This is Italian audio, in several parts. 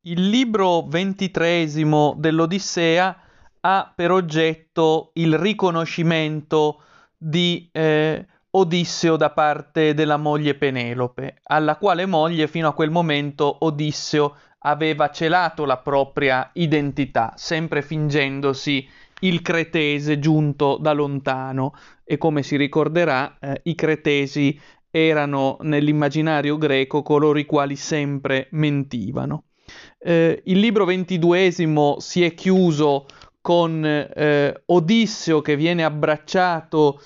Il libro 23° dell'Odissea ha per oggetto il riconoscimento di Odisseo da parte della moglie Penelope, alla quale moglie fino a quel momento Odisseo aveva celato la propria identità, sempre fingendosi il cretese giunto da lontano. E come si ricorderà, i cretesi erano nell'immaginario greco coloro i quali sempre mentivano. Il libro 22° si è chiuso con Odisseo che viene abbracciato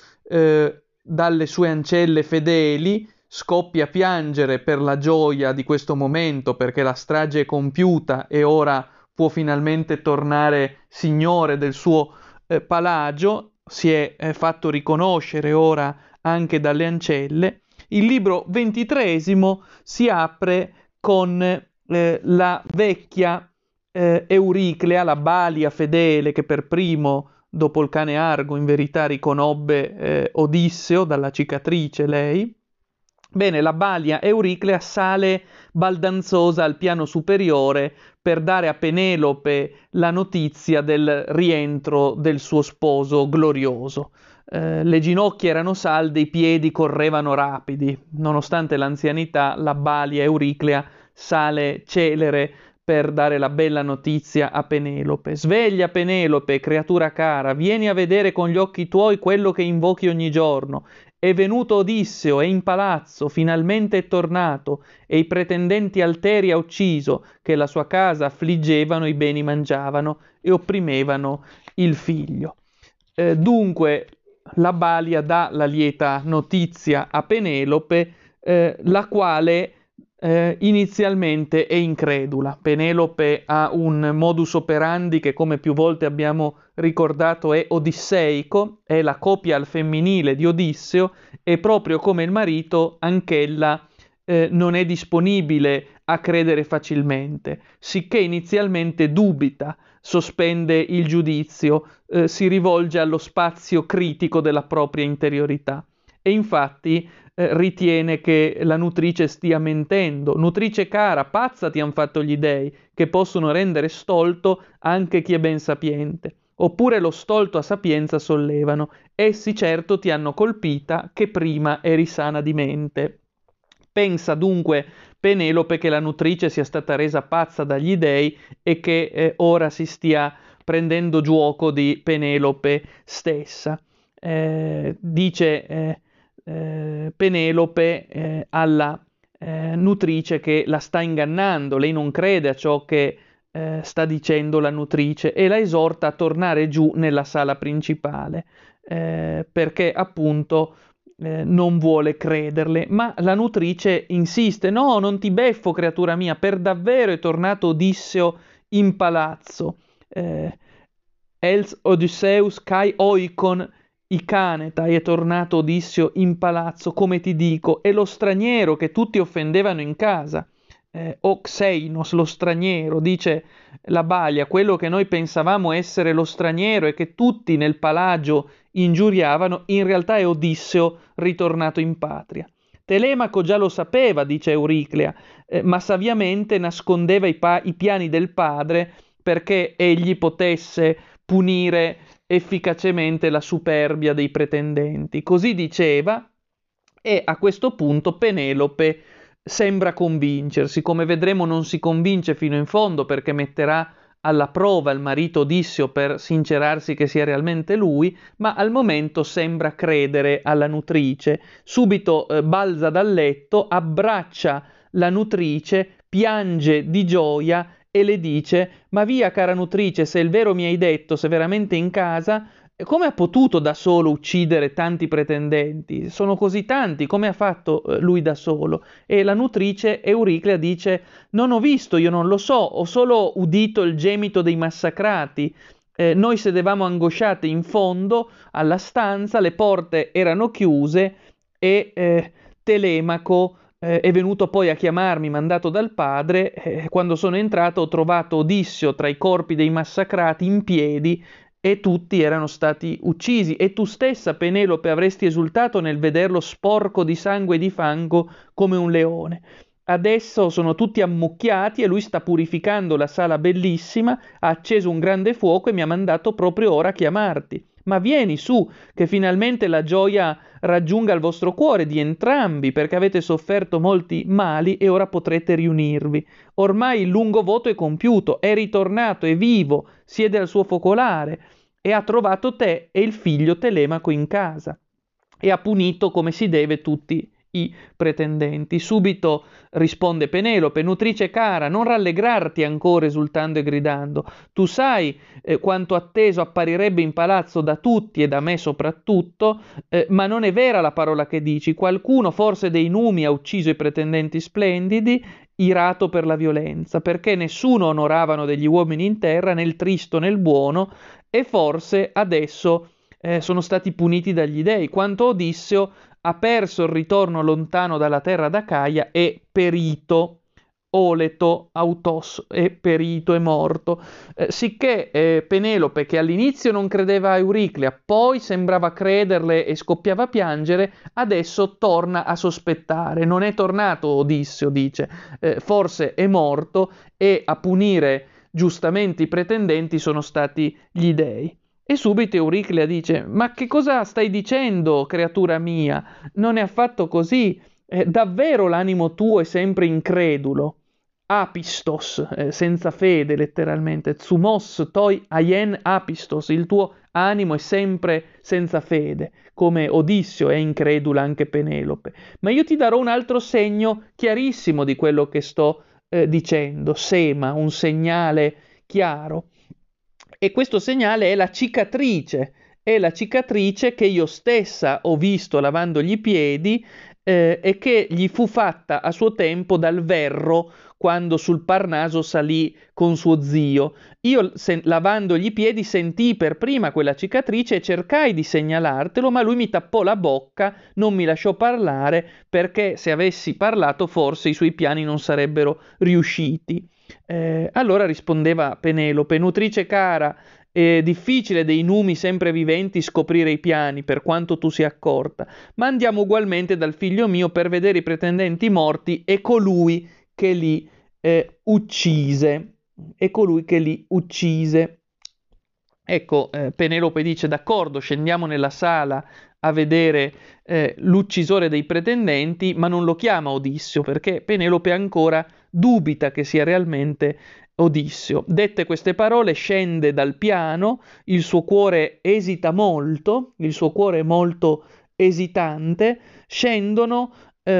dalle sue ancelle fedeli, scoppia a piangere per la gioia di questo momento, perché la strage è compiuta e ora può finalmente tornare signore del suo palagio, si è fatto riconoscere ora anche dalle ancelle. Il libro 23° si apre con la vecchia Euriclea, la balia fedele che per primo, dopo il cane Argo, in verità riconobbe Odisseo dalla cicatrice lei. Bene, la balia Euriclea sale baldanzosa al piano superiore per dare a Penelope la notizia del rientro del suo sposo glorioso. Le ginocchia erano salde, i piedi correvano rapidi. Nonostante l'anzianità, la balia Euriclea sale celere per dare la bella notizia a Penelope. Sveglia Penelope, creatura cara, vieni a vedere con gli occhi tuoi quello che invochi ogni giorno. È venuto Odisseo, è in palazzo, finalmente è tornato, e i pretendenti alteri ha ucciso, che la sua casa affliggevano, i beni mangiavano e opprimevano il figlio. Dunque la balia dà la lieta notizia a Penelope, la quale inizialmente è incredula. Penelope ha un modus operandi che, come più volte abbiamo ricordato, è odisseico, è la copia al femminile di Odisseo, e proprio come il marito anch'ella non è disponibile a credere facilmente, sicché inizialmente dubita, sospende il giudizio, si rivolge allo spazio critico della propria interiorità. E infatti ritiene che la nutrice stia mentendo. Nutrice cara, pazza ti han fatto gli dei, che possono rendere stolto anche chi è ben sapiente. Oppure lo stolto a sapienza sollevano. Essi certo ti hanno colpita, che prima eri sana di mente. Pensa dunque Penelope che la nutrice sia stata resa pazza dagli dei e che ora si stia prendendo giuoco di Penelope stessa. Dice Penelope alla nutrice che la sta ingannando, lei non crede a ciò che sta dicendo la nutrice e la esorta a tornare giù nella sala principale, perché appunto non vuole crederle. Ma la nutrice insiste: no, non ti beffo, creatura mia, per davvero è tornato Odisseo in palazzo. Els Odysseus kai oikon Icanetai, è tornato Odisseo in palazzo, come ti dico, e lo straniero che tutti offendevano in casa. O Xeinos, lo straniero, dice la balia, quello che noi pensavamo essere lo straniero e che tutti nel palagio ingiuriavano, in realtà è Odisseo ritornato in patria. Telemaco già lo sapeva, dice Euriclea, ma saviamente nascondeva i piani del padre perché egli potesse punire efficacemente la superbia dei pretendenti. Così diceva, e a questo punto Penelope sembra convincersi. Come vedremo non si convince fino in fondo, perché metterà alla prova il marito Odisseo per sincerarsi che sia realmente lui, ma al momento sembra credere alla nutrice. Subito balza dal letto, abbraccia la nutrice, piange di gioia e le dice: ma via, cara nutrice, se il vero mi hai detto, se veramente in casa, come ha potuto da solo uccidere tanti pretendenti? Sono così tanti, come ha fatto lui da solo? E la nutrice Euriclea dice: non ho visto, io non lo so, ho solo udito il gemito dei massacrati. Noi sedevamo angosciate in fondo alla stanza, le porte erano chiuse e Telemaco è venuto poi a chiamarmi, mandato dal padre. Quando sono entrato ho trovato Odisseo tra i corpi dei massacrati in piedi e tutti erano stati uccisi, e tu stessa, Penelope, avresti esultato nel vederlo sporco di sangue e di fango come un leone. adesso sono tutti ammucchiati e lui sta purificando la sala bellissima, ha acceso un grande fuoco e mi ha mandato proprio ora a chiamarti. Ma vieni su, che finalmente la gioia raggiunga il vostro cuore di entrambi, perché avete sofferto molti mali e ora potrete riunirvi. Ormai il lungo voto è compiuto, è ritornato, è vivo, siede al suo focolare e ha trovato te e il figlio Telemaco in casa e ha punito come si deve tutti i pretendenti. Subito risponde Penelope: nutrice cara, non rallegrarti ancora esultando e gridando. Tu sai quanto atteso apparirebbe in palazzo da tutti e da me soprattutto, ma non è vera la parola che dici. Qualcuno, forse dei numi, ha ucciso i pretendenti splendidi, irato per la violenza, perché nessuno onoravano degli uomini in terra, né il tristo né il buono, e forse adesso sono stati puniti dagli dei, quanto Odisseo ha perso il ritorno lontano dalla terra d'Acaia e perito, Oleto, Autos, è perito, è morto. Sicché Penelope, che all'inizio non credeva a Euriclea, poi sembrava crederle e scoppiava a piangere, adesso torna a sospettare. Non è tornato Odisseo, dice, forse è morto e a punire giustamente i pretendenti sono stati gli dei. E subito Euriclea dice: ma che cosa stai dicendo, creatura mia? Non è affatto così. Davvero l'animo tuo è sempre incredulo. Apistos, senza fede letteralmente. Tsumos toi aien apistos. Il tuo animo è sempre senza fede, come Odisseo è incredula anche Penelope. Ma io ti darò un altro segno chiarissimo di quello che sto dicendo. Sema, un segnale chiaro. E questo segnale è la cicatrice che io stessa ho visto lavandogli i piedi e che gli fu fatta a suo tempo dal Verro quando sul Parnaso salì con suo zio. Io lavandogli i piedi sentii per prima quella cicatrice e cercai di segnalartelo, ma lui mi tappò la bocca, non mi lasciò parlare, perché se avessi parlato forse i suoi piani non sarebbero riusciti. Allora rispondeva Penelope: nutrice cara, è difficile dei numi sempre viventi scoprire i piani, per quanto tu sia accorta, ma andiamo ugualmente dal figlio mio per vedere i pretendenti morti e colui che li uccise. E colui che li uccise. Ecco, Penelope dice: d'accordo, scendiamo nella sala a vedere l'uccisore dei pretendenti, ma non lo chiama Odisseo, perché Penelope ancora dubita che sia realmente Odisseo. Dette queste parole scende dal piano, il suo cuore esita molto, il suo cuore è molto esitante, scendono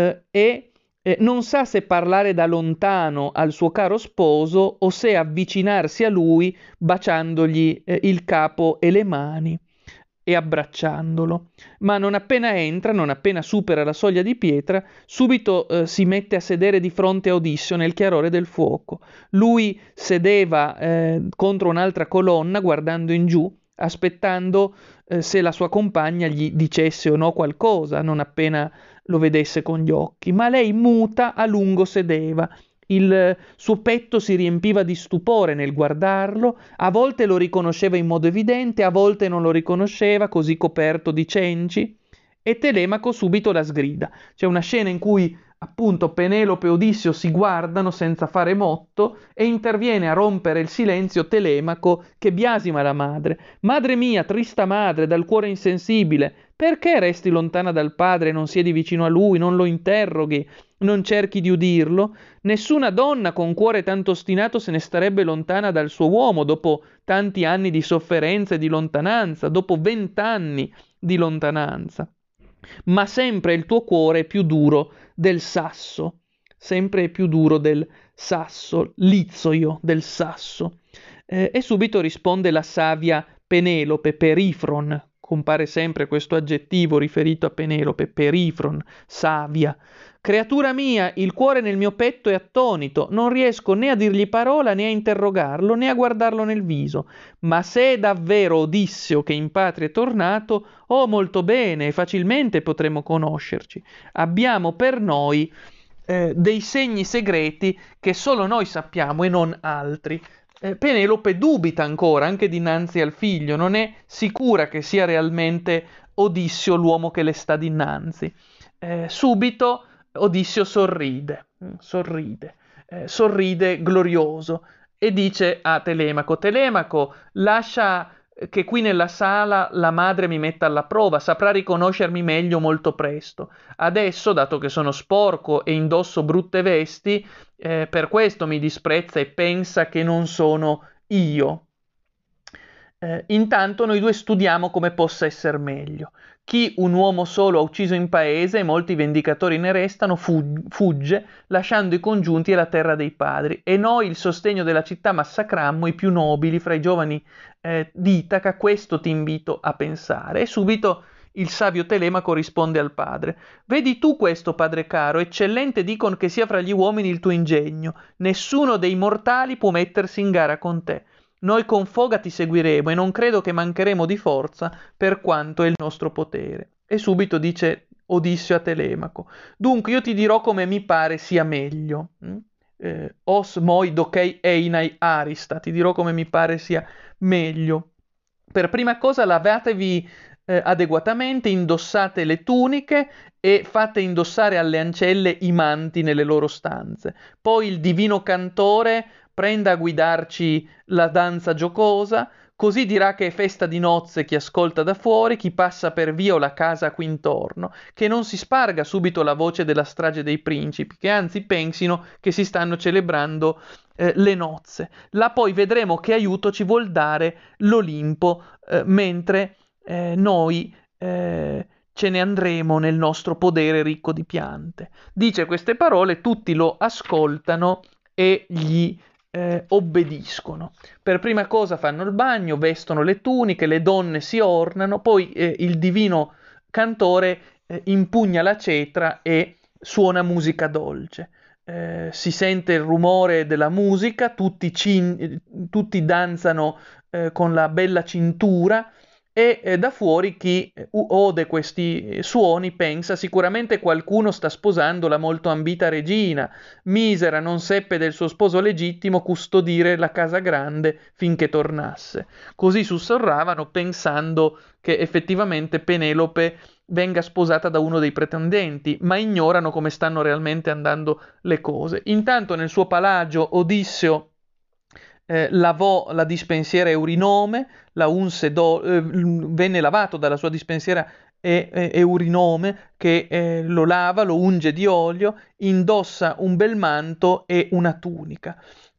e non sa se parlare da lontano al suo caro sposo o se avvicinarsi a lui baciandogli il capo e le mani e abbracciandolo. Ma non appena entra, non appena supera la soglia di pietra, subito si mette a sedere di fronte a Odisseo nel chiarore del fuoco. Lui sedeva contro un'altra colonna guardando in giù, aspettando se la sua compagna gli dicesse o no qualcosa, non appena lo vedesse con gli occhi, ma lei muta a lungo sedeva. Il suo petto si riempiva di stupore nel guardarlo, a volte lo riconosceva in modo evidente, a volte non lo riconosceva, così coperto di cenci, e Telemaco subito la sgrida. C'è una scena in cui appunto Penelope e Odisseo si guardano senza fare motto e interviene a rompere il silenzio Telemaco che biasima la madre. Madre mia, trista madre, dal cuore insensibile, perché resti lontana dal padre e non siedi vicino a lui, non lo interroghi, non cerchi di udirlo? Nessuna donna con cuore tanto ostinato se ne starebbe lontana dal suo uomo dopo tanti anni di sofferenza e di lontananza, dopo 20 anni di lontananza. Ma sempre il tuo cuore è più duro del sasso, sempre più duro del sasso, l'izzoio del sasso. E subito risponde la savia Penelope, perifron, compare sempre questo aggettivo riferito a Penelope, perifron, savia. Creatura mia, il cuore nel mio petto è attonito, non riesco né a dirgli parola né a interrogarlo né a guardarlo nel viso. Ma se è davvero Odisseo che in patria è tornato, oh molto bene, e facilmente potremo conoscerci. Abbiamo per noi dei segni segreti che solo noi sappiamo e non altri. Penelope dubita ancora, anche dinanzi al figlio, non è sicura che sia realmente Odisseo l'uomo che le sta dinanzi. Subito Odisseo sorride glorioso e dice a Telemaco: Telemaco, lascia che qui nella sala la madre mi metta alla prova, saprà riconoscermi meglio molto presto. Adesso, dato che sono sporco e indosso brutte vesti, per questo mi disprezza e pensa che non sono io. Intanto noi due studiamo come possa essere meglio. Chi un uomo solo ha ucciso in paese e molti vendicatori ne restano, fugge, lasciando i congiunti e la terra dei padri. E noi il sostegno della città massacrammo i più nobili fra i giovani d'Itaca, questo ti invito a pensare. E subito il savio Telemaco risponde al padre: Vedi tu questo, padre caro, eccellente dicon che sia fra gli uomini il tuo ingegno. Nessuno dei mortali può mettersi in gara con te. Noi con foga ti seguiremo e non credo che mancheremo di forza per quanto è il nostro potere. E subito dice Odisseo a Telemaco: Dunque io ti dirò come mi pare sia meglio. Os moi dokei einai arista, ti dirò come mi pare sia meglio. Per prima cosa lavatevi adeguatamente, indossate le tuniche e fate indossare alle ancelle i manti nelle loro stanze. Poi il divino cantore prenda a guidarci la danza giocosa, così dirà che è festa di nozze chi ascolta da fuori, chi passa per via o la casa qui intorno, che non si sparga subito la voce della strage dei principi, che anzi pensino che si stanno celebrando le nozze. Là poi vedremo che aiuto ci vuol dare l'Olimpo, mentre noi ce ne andremo nel nostro podere ricco di piante. Dice queste parole, tutti lo ascoltano e gli obbediscono. Per prima cosa fanno il bagno, vestono le tuniche, le donne si ornano, poi il divino cantore impugna la cetra e suona musica dolce. Si sente il rumore della musica, tutti danzano con la bella cintura e da fuori chi ode questi suoni pensa sicuramente qualcuno sta sposando la molto ambita regina. Misera non seppe del suo sposo legittimo custodire la casa grande finché tornasse. Così sussurravano pensando che effettivamente Penelope venga sposata da uno dei pretendenti, ma ignorano come stanno realmente andando le cose. Intanto nel suo palagio Odisseo lavò la dispensiera Eurinome, venne lavato dalla sua dispensiera Eurinome che lo lava, lo unge di olio, indossa un bel manto e una tunica.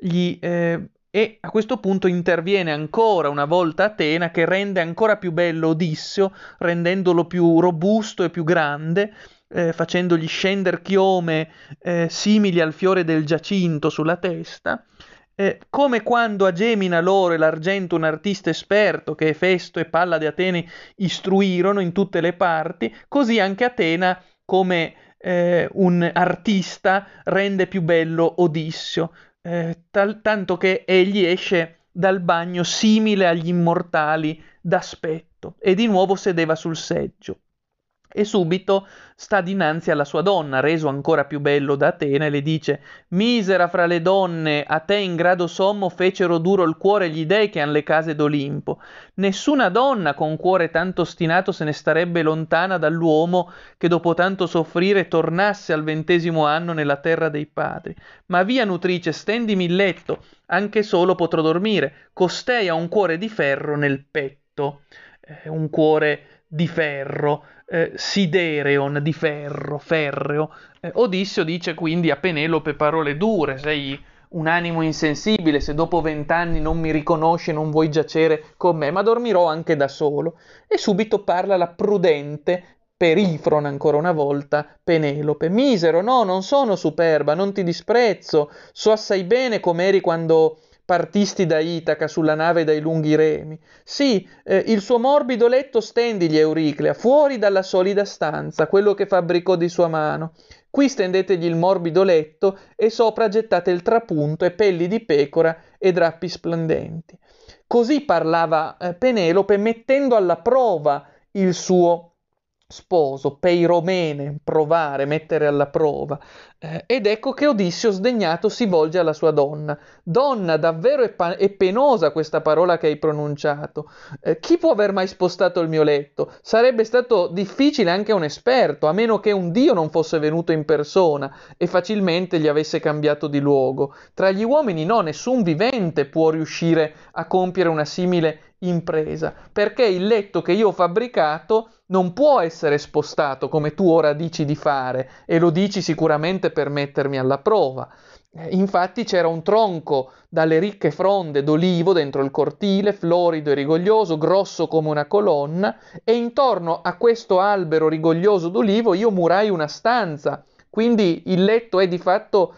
E a questo punto interviene ancora una volta Atena che rende ancora più bello Odisseo, rendendolo più robusto e più grande, facendogli scendere chiome simili al fiore del giacinto sulla testa. Come quando a Gemina l'oro e l'argento un artista esperto che Efesto e Pallade Atene istruirono in tutte le parti, così anche Atena come un artista rende più bello Odisseo, tanto che egli esce dal bagno simile agli immortali d'aspetto e di nuovo sedeva sul seggio. E subito sta dinanzi alla sua donna, reso ancora più bello da Atena, e le dice: Misera fra le donne, a te in grado sommo fecero duro il cuore gli dei che han le case d'Olimpo. Nessuna donna con cuore tanto ostinato se ne starebbe lontana dall'uomo che dopo tanto soffrire tornasse al 20° anno nella terra dei padri. Ma via, nutrice, stendimi il letto, anche solo potrò dormire. Costei ha un cuore di ferro nel petto. Un cuore di ferro, sidereon di ferro, ferreo. Odisseo dice quindi a Penelope parole dure: sei un animo insensibile, se dopo 20 anni non mi riconosci e non vuoi giacere con me, ma dormirò anche da solo. E subito parla la prudente Perifron ancora una volta, Penelope: Misero, no, non sono superba, non ti disprezzo, so assai bene com'eri quando partisti da Itaca sulla nave dai lunghi remi. Sì, il suo morbido letto stendigli, Euriclea, fuori dalla solida stanza, quello che fabbricò di sua mano. Qui stendetegli il morbido letto e sopra gettate il trapunto e pelli di pecora e drappi splendenti. Così parlava Penelope, mettendo alla prova il suo sposo, peiromene, provare, mettere alla prova. Ed ecco che Odisseo sdegnato si volge alla sua donna. Donna, davvero è penosa questa parola che hai pronunciato. Chi può aver mai spostato il mio letto? Sarebbe stato difficile anche a un esperto, a meno che un dio non fosse venuto in persona e facilmente gli avesse cambiato di luogo. Tra gli uomini no, nessun vivente può riuscire a compiere una simile impresa, perché il letto che io ho fabbricato non può essere spostato come tu ora dici di fare, e lo dici sicuramente per mettermi alla prova. Infatti c'era un tronco dalle ricche fronde d'olivo dentro il cortile, florido e rigoglioso, grosso come una colonna, e intorno a questo albero rigoglioso d'olivo io murai una stanza. Quindi il letto è di fatto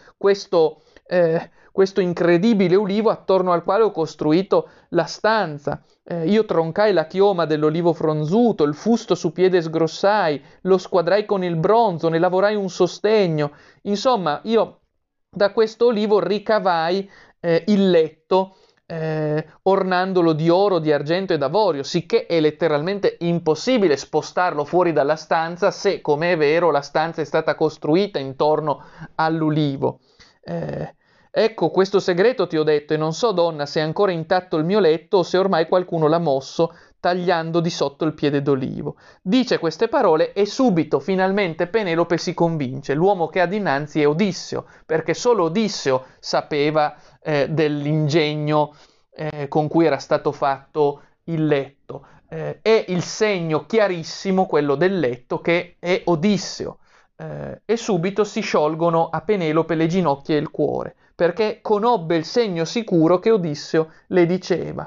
questo incredibile ulivo attorno al quale ho costruito la stanza. Io troncai la chioma dell'olivo fronzuto, il fusto su piede sgrossai, lo squadrai con il bronzo, ne lavorai un sostegno. Insomma, io da questo olivo ricavai il letto, ornandolo di oro, di argento e d'avorio, sicché è letteralmente impossibile spostarlo fuori dalla stanza se, come è vero, la stanza è stata costruita intorno all'ulivo. Ecco, questo segreto ti ho detto, e non so, donna, se è ancora intatto il mio letto o se ormai qualcuno l'ha mosso tagliando di sotto il piede d'olivo. Dice queste parole e subito, finalmente, Penelope si convince. L'uomo che ha dinanzi è Odisseo, perché solo Odisseo sapeva dell'ingegno con cui era stato fatto il letto. È il segno chiarissimo, quello del letto, che è Odisseo. E subito si sciolgono a Penelope le ginocchia e il cuore, perché conobbe il segno sicuro che Odisseo le diceva.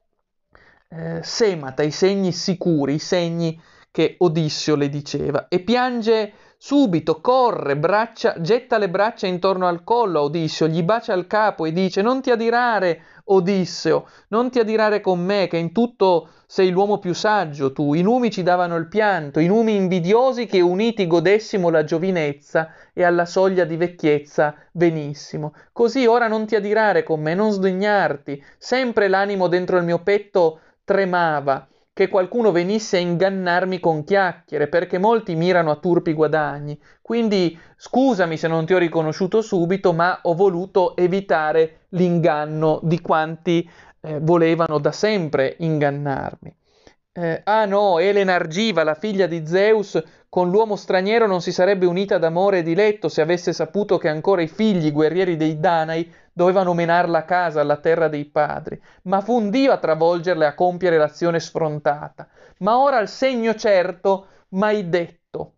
Semata i segni sicuri, i segni che Odisseo le diceva, e piange subito, corre, getta le braccia intorno al collo a Odisseo, gli bacia il capo e dice: non ti adirare, Odisseo, non ti adirare con me, che in tutto sei l'uomo più saggio tu. I numi ci davano il pianto, i numi invidiosi che uniti godessimo la giovinezza e alla soglia di vecchiezza venissimo. Così ora non ti adirare con me, non sdegnarti. Sempre l'animo dentro il mio petto tremava che qualcuno venisse a ingannarmi con chiacchiere, perché molti mirano a turpi guadagni. Quindi scusami se non ti ho riconosciuto subito, ma ho voluto evitare l'inganno di quanti volevano da sempre ingannarmi. Ah no, Elena Argiva, la figlia di Zeus, con l'uomo straniero non si sarebbe unita d'amore e di letto se avesse saputo che ancora i figli guerrieri dei Danai dovevano menarla a casa, alla terra dei padri. Ma fu un Dio a travolgerle e a compiere l'azione sfrontata. Ma ora il segno certo m'hai detto.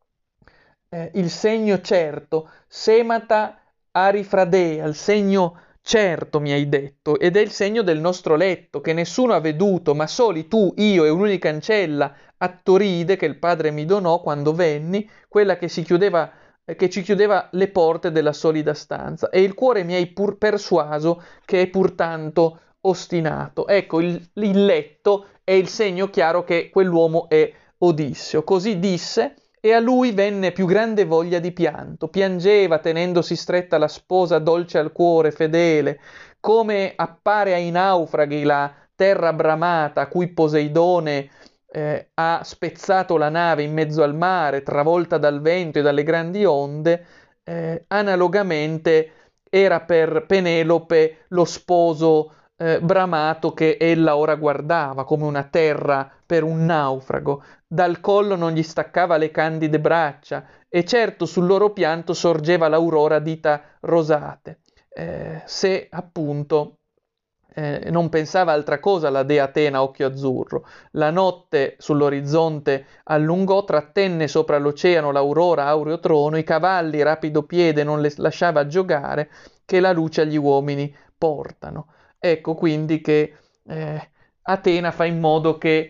Il segno certo, semata arifradea, il segno certo mi hai detto, ed è il segno del nostro letto, che nessuno ha veduto, ma soli tu, io e un'unica ancella, Attoride, che il padre mi donò quando venni, quella che che ci chiudeva le porte della solida stanza, e il cuore mi hai pur persuaso che è pur tanto ostinato. Ecco, il letto è il segno chiaro che quell'uomo è Odisseo. Così disse, e a lui venne più grande voglia di pianto. Piangeva tenendosi stretta la sposa dolce al cuore, fedele, come appare ai naufraghi la terra bramata a cui Poseidone ha spezzato la nave in mezzo al mare, travolta dal vento e dalle grandi onde. Analogamente era per Penelope lo sposo bramato che ella ora guardava come una terra per un naufrago. Dal collo non gli staccava le candide braccia, e certo sul loro pianto sorgeva l'aurora dita rosate. Se appunto non pensava altra cosa la dea Atena occhio azzurro. La notte sull'orizzonte allungò, trattenne sopra l'oceano l'aurora aureo trono, i cavalli rapido piede non le lasciava giocare, che la luce agli uomini portano. Ecco quindi che Atena fa in modo che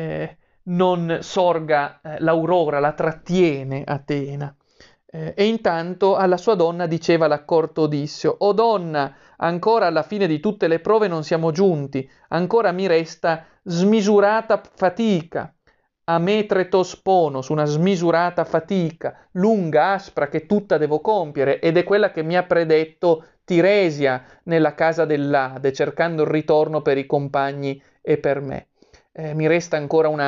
non sorga l'aurora, la trattiene Atena. E intanto alla sua donna diceva l'accorto Odisseo: O donna, ancora alla fine di tutte le prove non siamo giunti, ancora mi resta smisurata fatica. A me tretos ponos, una smisurata fatica, lunga, aspra, che tutta devo compiere, ed è quella che mi ha predetto Tiresia nella casa dell'Ade, cercando il ritorno per i compagni e per me. Mi resta ancora una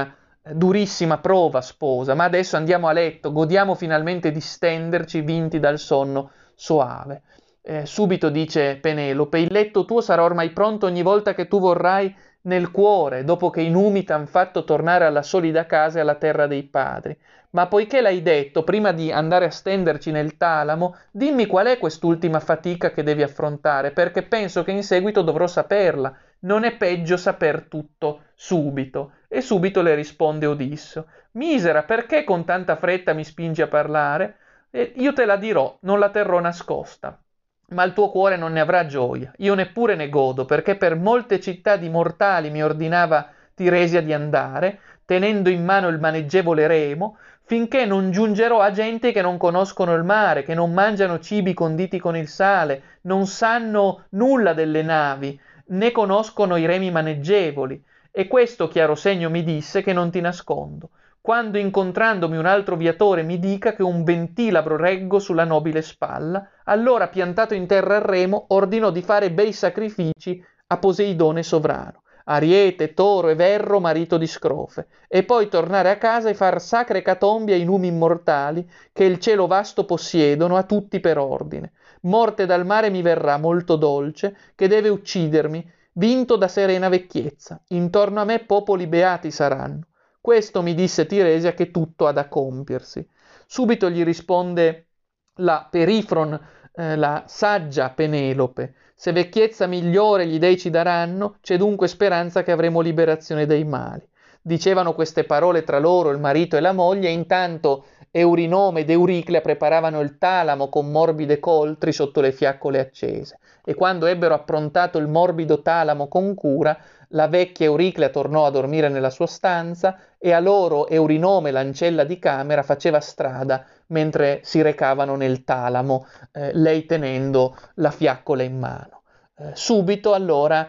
durissima prova, sposa, ma adesso andiamo a letto, godiamo finalmente di stenderci vinti dal sonno soave. Subito dice Penelope, il letto tuo sarà ormai pronto ogni volta che tu vorrai nel cuore, dopo che i numi t'han fatto tornare alla solida casa e alla terra dei padri. Ma poiché l'hai detto, prima di andare a stenderci nel talamo, dimmi qual è quest'ultima fatica che devi affrontare, perché penso che in seguito dovrò saperla. Non è peggio saper tutto subito. E subito le risponde Odisseo. Misera, perché con tanta fretta mi spingi a parlare? Io te la dirò, non la terrò nascosta. Ma il tuo cuore non ne avrà gioia, io neppure ne godo, perché per molte città di mortali mi ordinava Tiresia di andare, tenendo in mano il maneggevole remo, finché non giungerò a gente che non conoscono il mare, che non mangiano cibi conditi con il sale, non sanno nulla delle navi, né conoscono i remi maneggevoli. E questo chiaro segno mi disse che non ti nascondo, quando incontrandomi un altro viatore mi dica che un ventilabro reggo sulla nobile spalla, allora piantato in terra il remo ordinò di fare bei sacrifici a Poseidone sovrano, Ariete, Toro e Verro marito di Scrofe, e poi tornare a casa e far sacre catombi ai numi immortali che il cielo vasto possiedono a tutti per ordine. Morte dal mare mi verrà molto dolce, che deve uccidermi, vinto da serena vecchiezza. Intorno a me popoli beati saranno. Questo mi disse Tiresia che tutto ha da compiersi. Subito gli risponde la Perifron, la saggia Penelope. Se vecchiezza migliore gli dei ci daranno, c'è dunque speranza che avremo liberazione dai mali. Dicevano queste parole tra loro, il marito e la moglie, e intanto Eurinome ed Euriclea preparavano il talamo con morbide coltri sotto le fiaccole accese. E quando ebbero approntato il morbido talamo con cura, la vecchia Euriclea tornò a dormire nella sua stanza e a loro Eurinome, l'ancella di camera, faceva strada mentre si recavano nel talamo, lei tenendo la fiaccola in mano. Subito allora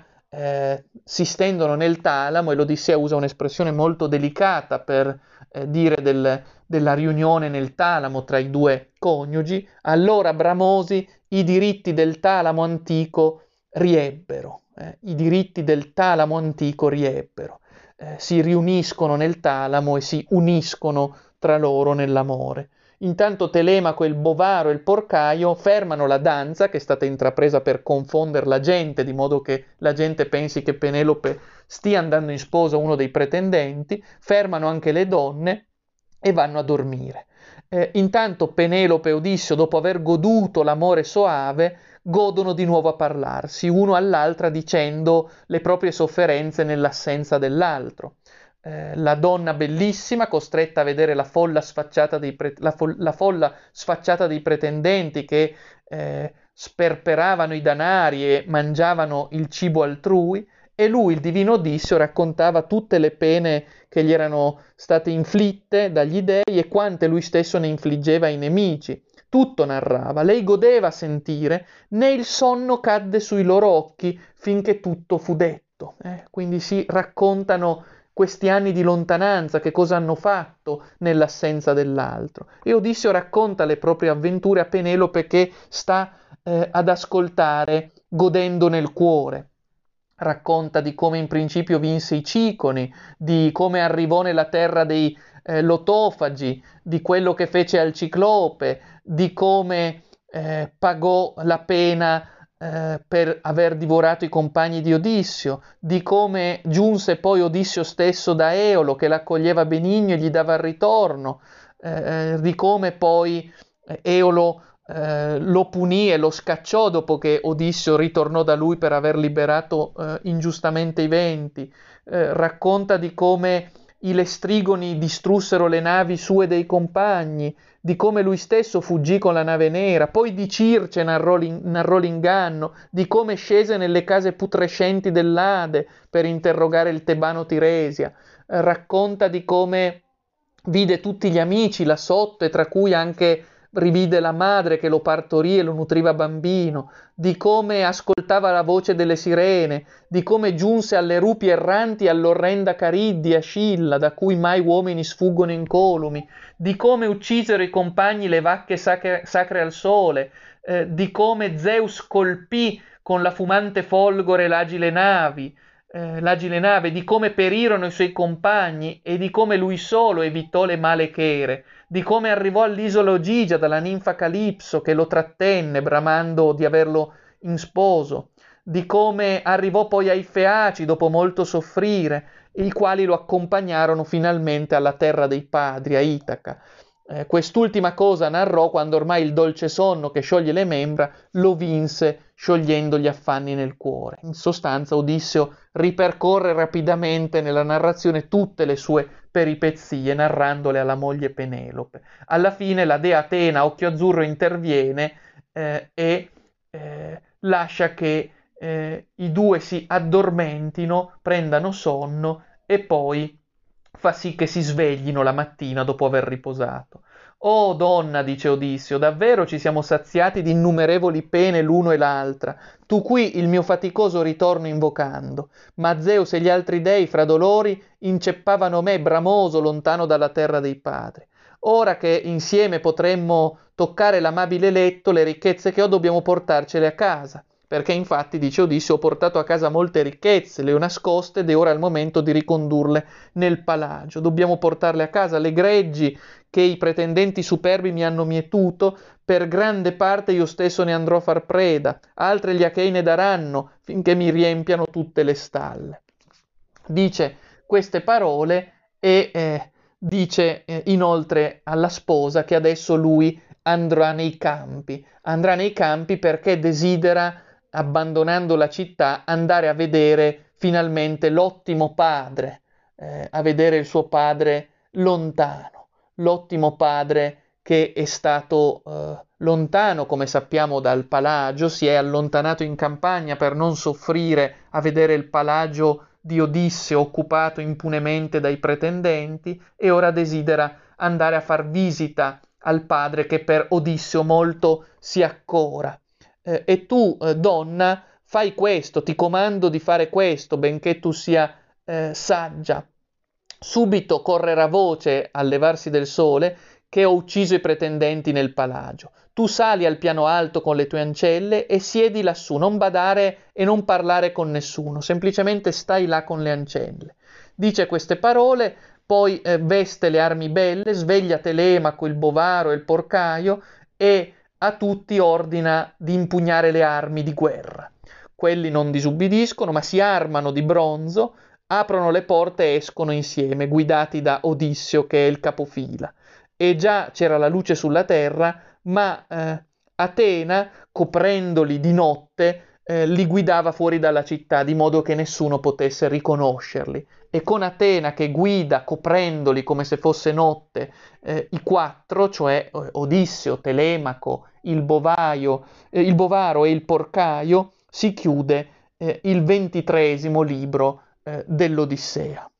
si stendono nel talamo e l'Odissea usa un'espressione molto delicata per dire della riunione nel talamo tra i due coniugi. Allora bramosi i diritti del talamo antico riebbero. I diritti del talamo antico riebbero. Si riuniscono nel talamo e si uniscono tra loro nell'amore. Intanto Telemaco e il bovaro e il porcaio fermano la danza che è stata intrapresa per confondere la gente, di modo che la gente pensi che Penelope stia andando in sposa uno dei pretendenti, fermano anche le donne e vanno a dormire. Intanto Penelope e Odisseo, dopo aver goduto l'amore soave, godono di nuovo a parlarsi, uno all'altra dicendo le proprie sofferenze nell'assenza dell'altro. La donna bellissima, costretta a vedere la folla sfacciata la folla sfacciata dei pretendenti che sperperavano i danari e mangiavano il cibo altrui, e lui, il divino Odisseo, raccontava tutte le pene che gli erano state inflitte dagli dei e quante lui stesso ne infliggeva ai nemici. Tutto narrava, lei godeva a sentire, né il sonno cadde sui loro occhi finché tutto fu detto. Quindi si raccontano questi anni di lontananza, che cosa hanno fatto nell'assenza dell'altro. E Odisseo racconta le proprie avventure a Penelope che sta ad ascoltare, godendo nel cuore. Racconta di come in principio vinse i Ciconi, di come arrivò nella terra dei Lotofagi, di quello che fece al Ciclope, di come pagò la pena per aver divorato i compagni di Odisseo, di come giunse poi Odisseo stesso da Eolo che l'accoglieva benigno e gli dava il ritorno, di come poi Eolo lo punì e lo scacciò dopo che Odisseo ritornò da lui per aver liberato ingiustamente i venti. Racconta di come i Lestrigoni distrussero le navi sue dei compagni, di come lui stesso fuggì con la nave nera, poi di Circe narrò l'inganno, di come scese nelle case putrescenti dell'Ade per interrogare il tebano Tiresia. Racconta di come vide tutti gli amici là sotto e tra cui anche rivide la madre che lo partorì e lo nutriva bambino, di come ascoltava la voce delle sirene, di come giunse alle rupi erranti all'orrenda Cariddi, a Scilla, da cui mai uomini sfuggono incolumi, di come uccisero i compagni le vacche sacre al sole, di come Zeus colpì con la fumante folgore l'agile navi, l'agile nave, di come perirono i suoi compagni e di come lui solo evitò le male chere, di come arrivò all'isola Ogygia dalla ninfa Calipso che lo trattenne bramando di averlo in sposo, di come arrivò poi ai Feaci dopo molto soffrire, i quali lo accompagnarono finalmente alla terra dei padri, a Itaca. Quest'ultima cosa narrò quando ormai il dolce sonno che scioglie le membra lo vinse sciogliendo gli affanni nel cuore. In sostanza Odisseo ripercorre rapidamente nella narrazione tutte le sue peripezie, narrandole alla moglie Penelope. Alla fine la dea Atena, a occhio azzurro, interviene e lascia che i due si addormentino, prendano sonno e poi fa sì che si sveglino la mattina dopo aver riposato. Oh donna, dice Odisseo, davvero ci siamo saziati di innumerevoli pene l'uno e l'altra, tu qui il mio faticoso ritorno invocando, ma Zeus e gli altri dei fra dolori inceppavano me bramoso lontano dalla terra dei padri. Ora che insieme potremmo toccare l'amabile letto, le ricchezze che ho dobbiamo portarcele a casa. Perché infatti, dice Odisseo, ho portato a casa molte ricchezze, le ho nascoste ed è ora il momento di ricondurle nel palagio. Dobbiamo portarle a casa, le greggi che i pretendenti superbi mi hanno mietuto, per grande parte io stesso ne andrò a far preda, altre gli Achei ne daranno, finché mi riempiano tutte le stalle. Dice queste parole e dice inoltre alla sposa che adesso lui andrà nei campi perché desidera, abbandonando la città, andare a vedere finalmente l'ottimo padre, a vedere il suo padre lontano, l'ottimo padre che è stato lontano, come sappiamo, dal Palagio, si è allontanato in campagna per non soffrire a vedere il Palagio di Odisseo occupato impunemente dai pretendenti e ora desidera andare a far visita al padre che per Odisseo molto si accora. E tu, donna, fai questo, ti comando di fare questo, benché tu sia saggia. Subito correrà voce al levarsi del sole che ho ucciso i pretendenti nel palagio. Tu sali al piano alto con le tue ancelle e siedi lassù, non badare e non parlare con nessuno, semplicemente stai là con le ancelle. Dice queste parole, poi veste le armi belle, sveglia Telemaco, il bovaro e il porcaio e a tutti ordina di impugnare le armi di guerra. Quelli non disubbidiscono, ma si armano di bronzo, aprono le porte e escono insieme, guidati da Odisseo che è il capofila. E già c'era la luce sulla terra, ma Atena, coprendoli di notte, li guidava fuori dalla città, di modo che nessuno potesse riconoscerli. E con Atena che guida, coprendoli come se fosse notte, i quattro, cioè Odisseo, Telemaco, il bovaro e il porcaio, si chiude il 23° libro dell'Odissea.